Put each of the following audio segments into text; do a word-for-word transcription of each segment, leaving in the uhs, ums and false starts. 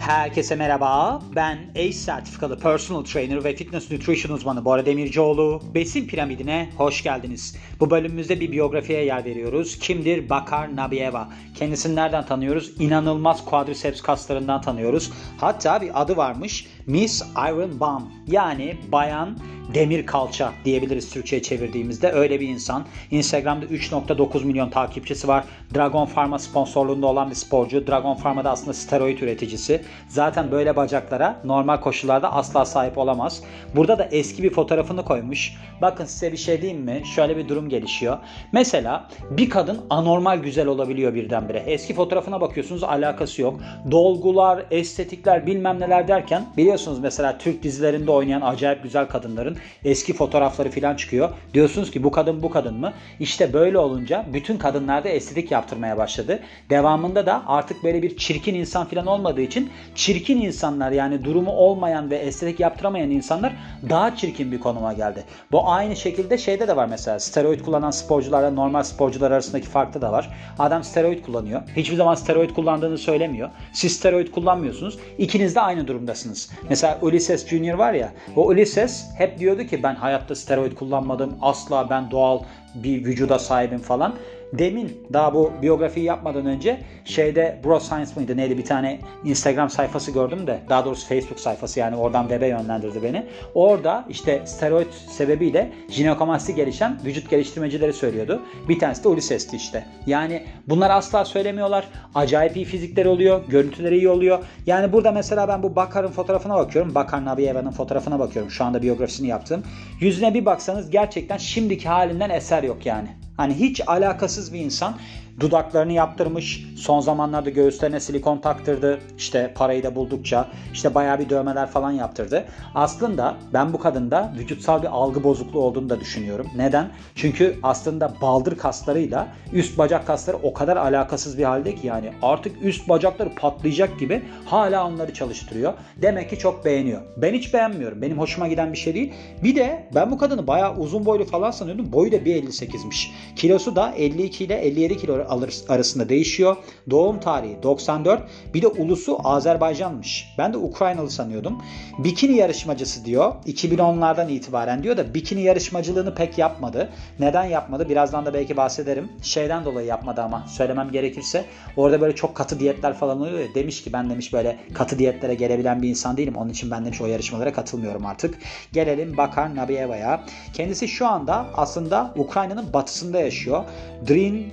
Herkese merhaba. Ben A C E sertifikalı personal trainer ve fitness nutrition uzmanı Bora Demircioğlu. Besin piramidine hoş geldiniz. Bu bölümümüzde bir biyografiye yer veriyoruz. Kimdir? Bakar Nabieva. Kendisini nereden tanıyoruz? İnanılmaz quadriceps kaslarından tanıyoruz. Hatta bir adı varmış. Miss Iron Bum. Yani bayan demir kalça diyebiliriz Türkçe'ye çevirdiğimizde. Öyle bir insan. Instagram'da üç nokta dokuz milyon takipçisi var. Dragon Pharma sponsorluğunda olan bir sporcu. Dragon Pharma da aslında steroid üreticisi. Zaten böyle bacaklara normal koşullarda asla sahip olamaz. Burada da eski bir fotoğrafını koymuş. Bakın size bir şey diyeyim mi? Şöyle bir durum gelişiyor. Mesela bir kadın anormal güzel olabiliyor birdenbire. Eski fotoğrafına bakıyorsunuz, alakası yok. Dolgular, estetikler, bilmem neler derken biliyorsunuz mesela Türk dizilerinde oynayan acayip güzel kadınların eski fotoğrafları falan çıkıyor. Diyorsunuz ki bu kadın bu kadın mı? İşte böyle olunca bütün kadınlarda estetik yaptırmaya başladı. Devamında da artık böyle bir çirkin insan falan olmadığı için çirkin insanlar, yani durumu olmayan ve estetik yaptıramayan insanlar daha çirkin bir konuma geldi. Bu aynı şekilde şeyde de var mesela. Steroid kullanan sporcularla normal sporcular arasındaki farkta da var. Adam steroid kullanıyor. Hiçbir zaman steroid kullandığını söylemiyor. Siz steroid kullanmıyorsunuz. İkiniz de aynı durumdasınız. Mesela Ulysses Junior var ya. O Ulysses hep diyordu ki ben hayatta steroid kullanmadım. Asla ben doğal bir vücuda sahibim falan. Demin daha bu biyografiyi yapmadan önce şeyde Bro Science mıydı neydi, bir tane Instagram sayfası gördüm de, daha doğrusu Facebook sayfası, yani oradan web'e yönlendirdi beni. Orada işte steroid sebebiyle jinekomasti gelişen vücut geliştirmecileri söylüyordu. Bir tanesi de Ulysses'ti işte. Yani bunlar asla söylemiyorlar. Acayip iyi fizikleri oluyor. Görüntüleri iyi oluyor. Yani burada mesela ben bu Bakar'ın fotoğrafına bakıyorum. Bakar Nabieva'nın fotoğrafına bakıyorum. Şu anda biyografisini yaptım. Yüzüne bir baksanız gerçekten şimdiki halinden eser yok yani. Hani hiç alakasız bir insan. Dudaklarını yaptırmış. Son zamanlarda göğüslerine silikon taktırdı. İşte parayı da buldukça işte bayağı bir dövmeler falan yaptırdı. Aslında ben bu kadında vücutsal bir algı bozukluğu olduğunu da düşünüyorum. Neden? Çünkü aslında baldır kaslarıyla üst bacak kasları o kadar alakasız bir halde ki, yani artık üst bacakları patlayacak gibi hala onları çalıştırıyor. Demek ki çok beğeniyor. Ben hiç beğenmiyorum. Benim hoşuma giden bir şey değil. Bir de ben bu kadını bayağı uzun boylu falan sanıyordum. Boyu da bir elli sekizmiş. Kilosu da elli iki ile elli yedi kilo arasında değişiyor. Doğum tarihi doksan dört. Bir de ulusu Azerbaycanmış. Ben de Ukraynalı sanıyordum. Bikini yarışmacısı diyor. iki bin onlardan itibaren diyor da bikini yarışmacılığını pek yapmadı. Neden yapmadı? Birazdan da belki bahsederim. Şeyden dolayı yapmadı ama söylemem gerekirse. Orada böyle çok katı diyetler falan oluyor ya. Demiş ki ben demiş böyle katı diyetlere gelebilen bir insan değilim. Onun için ben demiş o yarışmalara katılmıyorum artık. Gelelim Bakar Nabieva'ya. Kendisi şu anda aslında Ukrayna'nın batısında yaşıyor. Drin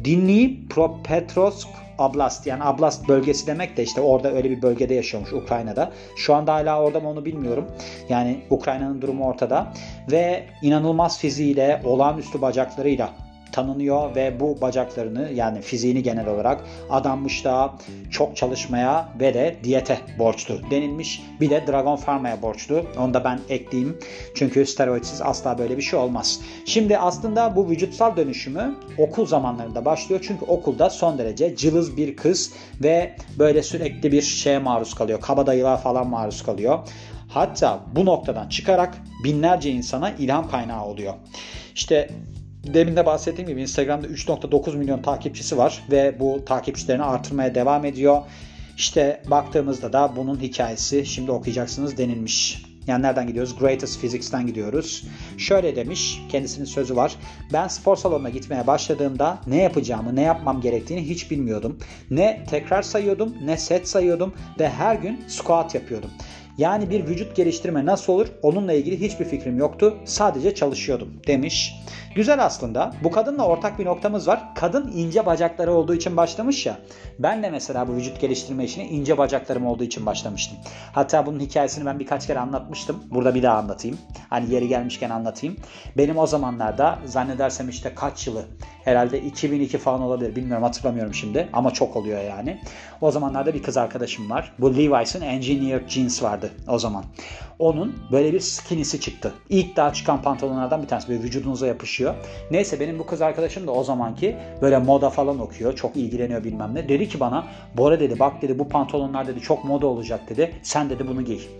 Dnipropetrovsk Oblast, yani Oblast bölgesi demek de işte orada öyle bir bölgede yaşıyormuş Ukrayna'da. Şu anda hala orada mı onu bilmiyorum. Yani Ukrayna'nın durumu ortada ve inanılmaz fiziğiyle, olağanüstü bacaklarıyla tanınıyor ve bu bacaklarını, yani fiziğini genel olarak adanmışlığa, çok çalışmaya ve de diyete borçlu denilmiş. Bir de Dragon Pharma'ya borçlu. Onu da ben ekleyeyim. Çünkü steroidsiz asla böyle bir şey olmaz. Şimdi aslında bu vücutsal dönüşümü okul zamanlarında başlıyor. Çünkü okulda son derece cılız bir kız ve böyle sürekli bir şeye maruz kalıyor. Kabadayılığa falan maruz kalıyor. Hatta bu noktadan çıkarak binlerce insana ilham kaynağı oluyor. İşte demin de bahsettiğim gibi Instagram'da üç nokta dokuz milyon takipçisi var ve bu takipçilerini artırmaya devam ediyor. İşte baktığımızda da bunun hikayesi şimdi okuyacaksınız denilmiş. Yani nereden gidiyoruz? Greatest Physics'ten gidiyoruz. Şöyle demiş, kendisinin sözü var. Ben spor salonuna gitmeye başladığımda ne yapacağımı, ne yapmam gerektiğini hiç bilmiyordum. Ne tekrar sayıyordum, ne set sayıyordum ve her gün squat yapıyordum. Yani bir vücut geliştirme nasıl olur? Onunla ilgili hiçbir fikrim yoktu. Sadece çalışıyordum demiş. Güzel aslında. Bu kadınla ortak bir noktamız var. Kadın ince bacakları olduğu için başlamış ya. Ben de mesela bu vücut geliştirme işine ince bacaklarım olduğu için başlamıştım. Hatta bunun hikayesini ben birkaç kere anlatmıştım. Burada bir daha anlatayım. Hani yeri gelmişken anlatayım. Benim o zamanlarda zannedersem işte kaç yılı? Herhalde iki bin iki falan olabilir. Bilmiyorum, hatırlamıyorum şimdi. Ama çok oluyor yani. O zamanlarda bir kız arkadaşım var. Bu Levi's'in Engineered Jeans vardı o zaman. Onun böyle bir skinny'si çıktı. İlk daha çıkan pantolonlardan bir tanesi. Böyle vücudunuza yapışıyor. Neyse benim bu kız arkadaşım da o zamanki böyle moda falan okuyor. Çok ilgileniyor bilmem ne. Dedi ki bana, Bora dedi bak dedi bu pantolonlar dedi çok moda olacak dedi. Sen dedi bunu giy.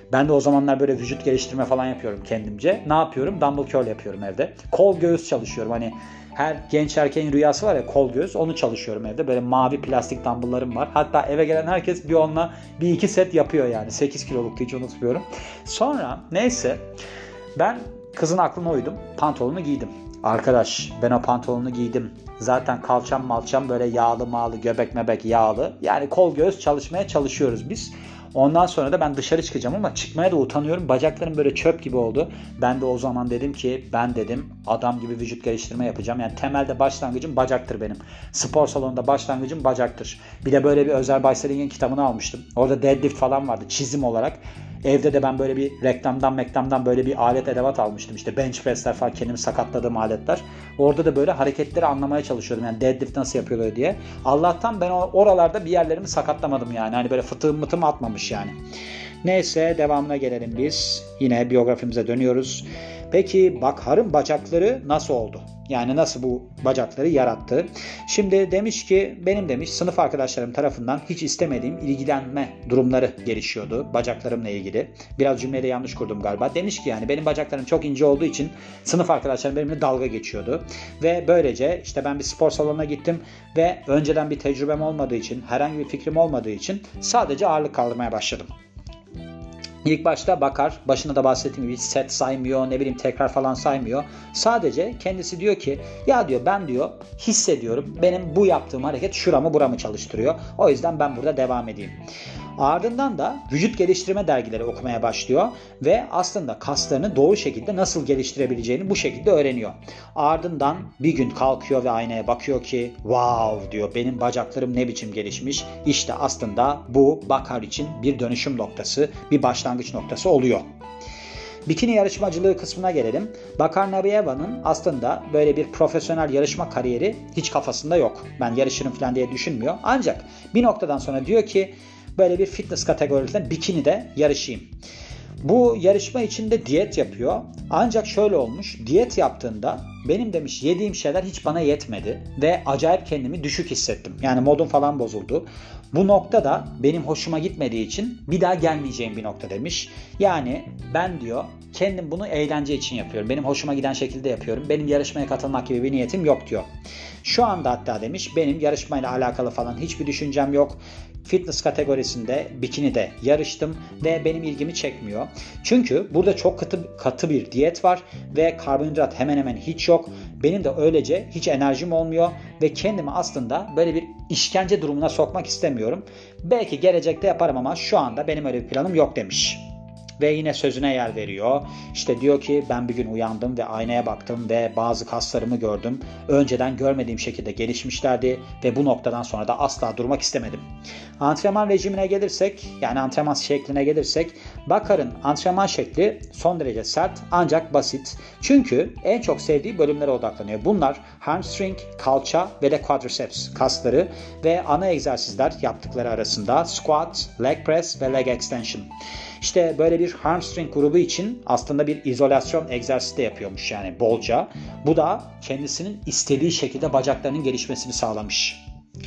Ben de o zamanlar böyle vücut geliştirme falan yapıyorum kendimce. Ne yapıyorum? Dumbbell curl yapıyorum evde. Kol göğüs çalışıyorum. Hani her genç erkeğin rüyası var ya, kol göğüs. Onu çalışıyorum evde. Böyle mavi plastik dumbbell'larım var. Hatta eve gelen herkes bir onunla bir iki set yapıyor yani. sekiz kiloluk, hiç unutmuyorum. Sonra neyse ben kızın aklına uydum. Pantolonu giydim. Arkadaş ben o pantolonu giydim. Zaten kalçam malçam böyle yağlı mağlı, göbek mebek yağlı. Yani kol göğüs çalışmaya çalışıyoruz biz. Ondan sonra da ben dışarı çıkacağım ama çıkmaya da utanıyorum. Bacaklarım böyle çöp gibi oldu. Ben de o zaman dedim ki ben dedim adam gibi vücut geliştirme yapacağım. Yani temelde başlangıcım bacaktır benim. Spor salonunda başlangıcım bacaktır. Bir de böyle bir Özer Baysel'in kitabını almıştım. Orada deadlift falan vardı çizim olarak. Evde de ben böyle bir reklamdan meklamdan böyle bir alet edevat almıştım. İşte bench press'ler falan, kendimi sakatladığım aletler. Orada da böyle hareketleri anlamaya çalışıyordum. Yani deadlift nasıl yapıyorlar diye. Allah'tan ben oralarda bir yerlerimi sakatlamadım yani. Hani böyle fıtığım mıtım atmamış yani. Neyse devamına gelelim biz. Yine biyografimize dönüyoruz. Peki Bakar'ın bacakları nasıl oldu? Yani nasıl bu bacakları yarattı? Şimdi demiş ki benim demiş sınıf arkadaşlarım tarafından hiç istemediğim ilgilenme durumları gelişiyordu bacaklarımla ilgili. Biraz cümleyi de yanlış kurdum galiba. Demiş ki yani benim bacaklarım çok ince olduğu için sınıf arkadaşlarım benimle dalga geçiyordu. Ve böylece işte ben bir spor salonuna gittim ve önceden bir tecrübem olmadığı için, herhangi bir fikrim olmadığı için sadece ağırlık kaldırmaya başladım. İlk başta Bakar, başında da bahsettiğim gibi set saymıyor, ne bileyim tekrar falan saymıyor. Sadece kendisi diyor ki ya diyor ben diyor hissediyorum benim bu yaptığım hareket şuramı buramı çalıştırıyor. O yüzden ben burada devam edeyim. Ardından da vücut geliştirme dergileri okumaya başlıyor ve aslında kaslarını doğru şekilde nasıl geliştirebileceğini bu şekilde öğreniyor. Ardından bir gün kalkıyor ve aynaya bakıyor ki wow diyor benim bacaklarım ne biçim gelişmiş. İşte aslında bu Bakar için bir dönüşüm noktası, bir başlangıç noktası oluyor. Bikini yarışmacılığı kısmına gelelim. Bakar Nabiyeva'nın aslında böyle bir profesyonel yarışma kariyeri hiç kafasında yok. Ben yarışırım falan diye düşünmüyor. Ancak bir noktadan sonra diyor ki böyle bir fitness kategorisinde bikinide yarışayım. Bu yarışma için de diyet yapıyor. Ancak şöyle olmuş. Diyet yaptığında benim demiş yediğim şeyler hiç bana yetmedi. Ve acayip kendimi düşük hissettim. Yani modum falan bozuldu. Bu nokta da benim hoşuma gitmediği için bir daha gelmeyeceğim bir nokta demiş. Yani ben diyor kendim bunu eğlence için yapıyorum. Benim hoşuma giden şekilde yapıyorum. Benim yarışmaya katılmak gibi bir niyetim yok diyor. Şu anda hatta demiş benim yarışmayla alakalı falan hiçbir düşüncem yok. Fitness kategorisinde bikinide yarıştım ve benim ilgimi çekmiyor. Çünkü burada çok katı, katı bir diyet var ve karbonhidrat hemen hemen hiç yok. Benim de öylece hiç enerjim olmuyor ve kendimi aslında böyle bir işkence durumuna sokmak istemiyorum. Belki gelecekte yaparım ama şu anda benim öyle bir planım yok demiş. Ve yine sözüne yer veriyor. İşte diyor ki ben bir gün uyandım ve aynaya baktım ve bazı kaslarımı gördüm. Önceden görmediğim şekilde gelişmişlerdi ve bu noktadan sonra da asla durmak istemedim. Antrenman rejimine gelirsek, yani antrenman şekline gelirsek, Bakar'ın antrenman şekli son derece sert ancak basit. Çünkü en çok sevdiği bölümlere odaklanıyor. Bunlar hamstring, kalça ve de quadriceps kasları ve ana egzersizler yaptıkları arasında squat, leg press ve leg extension. İşte böyle bir hamstring grubu için aslında bir izolasyon egzersizi de yapıyormuş yani bolca. Bu da kendisinin istediği şekilde bacaklarının gelişmesini sağlamış.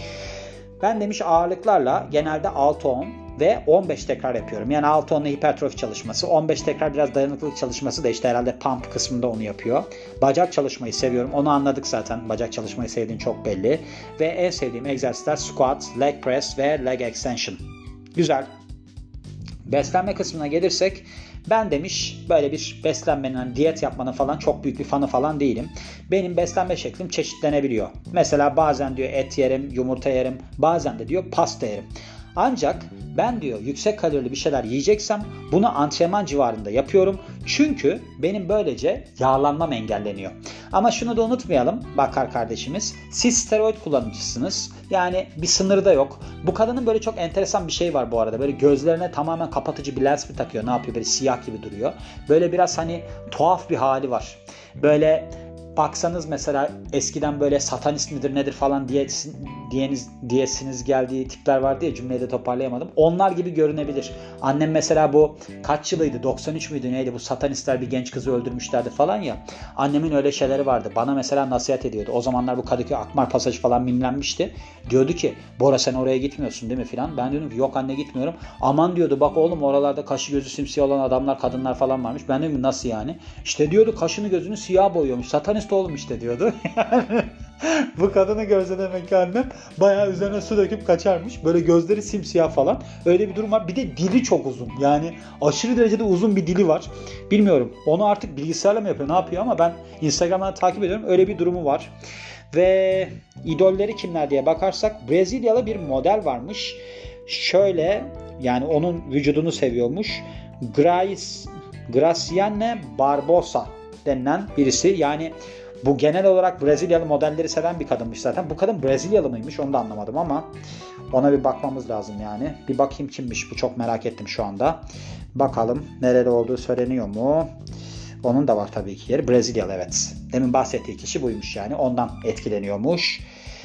Ben demiş ağırlıklarla genelde altı on ve on beş tekrar yapıyorum. Yani altı onla hipertrofi çalışması, on beş tekrar biraz dayanıklılık çalışması da işte herhalde pump kısmında onu yapıyor. Bacak çalışmayı seviyorum. Onu anladık zaten. Bacak çalışmayı sevdiğin çok belli. Ve en sevdiğim egzersizler squat, leg press ve leg extension. Güzel. Beslenme kısmına gelirsek ben demiş böyle bir beslenmenin, hani diyet yapmanın falan çok büyük bir fanı falan değilim. Benim beslenme şeklim çeşitlenebiliyor. Mesela bazen diyor et yerim, yumurta yerim, bazen de diyor pasta yerim. Ancak ben diyor yüksek kalorili bir şeyler yiyeceksem bunu antrenman civarında yapıyorum. Çünkü benim böylece yağlanmam engelleniyor. Ama şunu da unutmayalım Bakar kardeşimiz. Siz steroid kullanıcısınız. Yani bir sınırı da yok. Bu kadının böyle çok enteresan bir şey var bu arada. Böyle gözlerine tamamen kapatıcı bir lens mi takıyor? Ne yapıyor? Böyle siyah gibi duruyor. Böyle biraz hani tuhaf bir hali var. Böyle baksanız mesela eskiden böyle satanist midir nedir falan diye, diyeniz, diyesiniz geldiği tipler vardı ya, cümleyi de toparlayamadım. Onlar gibi görünebilir. Annem mesela bu kaç yılıydı? doksan üç müydü neydi? Bu satanistler bir genç kızı öldürmüşlerdi falan ya. Annemin öyle şeyleri vardı. Bana mesela nasihat ediyordu. O zamanlar bu Kadıköy Akmar Pasajı falan mimlenmişti. Diyordu ki Bora sen oraya gitmiyorsun değil mi filan. Ben diyordum ki yok anne gitmiyorum. Aman diyordu bak oğlum oralarda kaşı gözü simsiyah olan adamlar kadınlar falan varmış. Ben diyorum nasıl yani? İşte diyordu kaşını gözünü siyah boyuyormuş. Satanist oğlum işte diyordu. Bu kadını görse demek ki annem bayağı üzerine su döküp kaçarmış. Böyle gözleri simsiyah falan. Öyle bir durum var. Bir de dili çok uzun. Yani aşırı derecede uzun bir dili var. Bilmiyorum. Onu artık bilgisayarla mı yapıyor ne yapıyor ama ben Instagram'dan takip ediyorum. Öyle bir durumu var. Ve idolleri kimler diye bakarsak Brezilyalı bir model varmış. Şöyle yani onun vücudunu seviyormuş. Grace, Graciane Barbosa denilen birisi. Yani bu genel olarak Brezilyalı modelleri seven bir kadınmış zaten. Bu kadın Brezilyalı mıymış onu da anlamadım ama ona bir bakmamız lazım yani. Bir bakayım kimmiş bu, çok merak ettim şu anda. Bakalım nerede olduğu söyleniyor mu? Onun da var tabii ki yeri. Brezilyalı evet. Demin bahsettiği kişi buymuş yani. Ondan etkileniyormuş.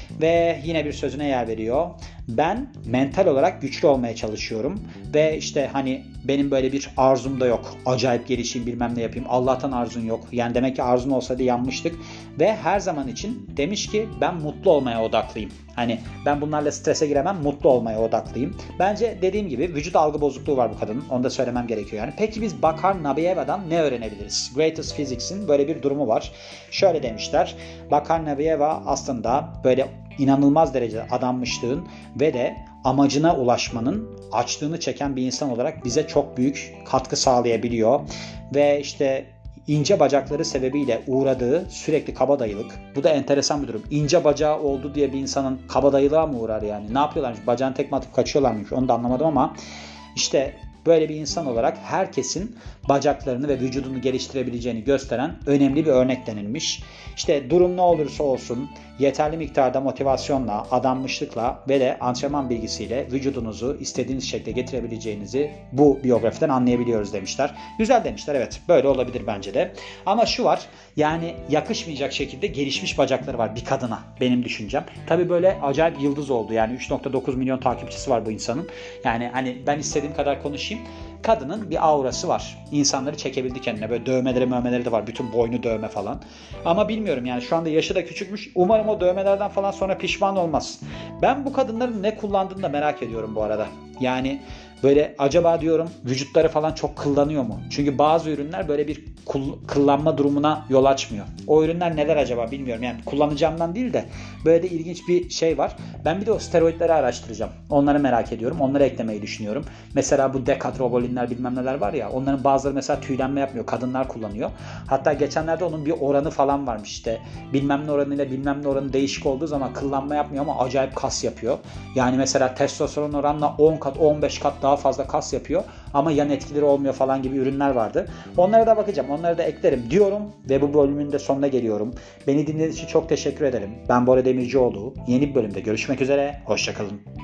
Ve yine bir sözüne yer veriyor. Ben mental olarak güçlü olmaya çalışıyorum. Ve işte hani benim böyle bir arzum da yok. Acayip gelişeyim bilmem ne yapayım. Allah'tan arzun yok. Yani demek ki arzun olsaydı yanmıştık. Ve her zaman için demiş ki ben mutlu olmaya odaklıyım. Hani ben bunlarla strese giremem, mutlu olmaya odaklıyım. Bence dediğim gibi vücut algı bozukluğu var bu kadının. Onu da söylemem gerekiyor yani. Peki biz Bakar Nabieva'dan ne öğrenebiliriz? Greatest Physics'in böyle bir durumu var. Şöyle demişler. Bakar Nabieva aslında böyle inanılmaz derecede adanmışlığın ve de amacına ulaşmanın açlığını çeken bir insan olarak bize çok büyük katkı sağlayabiliyor. Ve işte ince bacakları sebebiyle uğradığı sürekli kabadayılık. Bu da enteresan bir durum. İnce bacağı oldu diye bir insanın kabadayılığa mı uğrar yani? Ne yapıyorlarmış? Bacağını tekme atıp kaçıyorlarmış. Onu da anlamadım ama işte böyle bir insan olarak herkesin bacaklarını ve vücudunu geliştirebileceğini gösteren önemli bir örnek denilmiş. İşte durum ne olursa olsun yeterli miktarda motivasyonla, adanmışlıkla ve de antrenman bilgisiyle vücudunuzu istediğiniz şekilde getirebileceğinizi bu biyografiden anlayabiliyoruz demişler. Güzel demişler, evet, böyle olabilir bence de. Ama şu var, yani yakışmayacak şekilde gelişmiş bacakları var bir kadına, benim düşüncem. Tabii böyle acayip yıldız oldu, yani üç nokta dokuz milyon takipçisi var bu insanın. Yani hani ben istediğim kadar konuşayım. Kadının bir aurası var. İnsanları çekebildi kendine. Böyle dövmeleri mövmeleri de var. Bütün boynu dövme falan. Ama bilmiyorum yani şu anda yaşı da küçükmüş. Umarım o dövmelerden falan sonra pişman olmaz. Ben bu kadınların ne kullandığını da merak ediyorum bu arada. Yani böyle acaba diyorum vücutları falan çok kıllanıyor mu? Çünkü bazı ürünler böyle bir kıllanma durumuna yol açmıyor. O ürünler neler acaba bilmiyorum. Yani kullanacağımdan değil de böyle de ilginç bir şey var. Ben bir de o steroidleri araştıracağım. Onları merak ediyorum. Onları eklemeyi düşünüyorum. Mesela bu dekatrobolinler bilmem neler var ya. Onların bazıları mesela tüylenme yapmıyor. Kadınlar kullanıyor. Hatta geçenlerde onun bir oranı falan varmış işte. Bilmem ne oranıyla bilmem ne oranı değişik olduğu zaman kıllanma yapmıyor ama acayip kas yapıyor. Yani mesela testosteron oranla on kat on beş kat daha fazla kas yapıyor. Ama yan etkileri olmuyor falan gibi ürünler vardı. Onlara da bakacağım. Onları da eklerim diyorum ve bu bölümün de sonuna geliyorum. Beni dinlediğiniz için çok teşekkür ederim. Ben Bora Demircioğlu. Yeni bir bölümde görüşmek üzere. Hoşça kalın.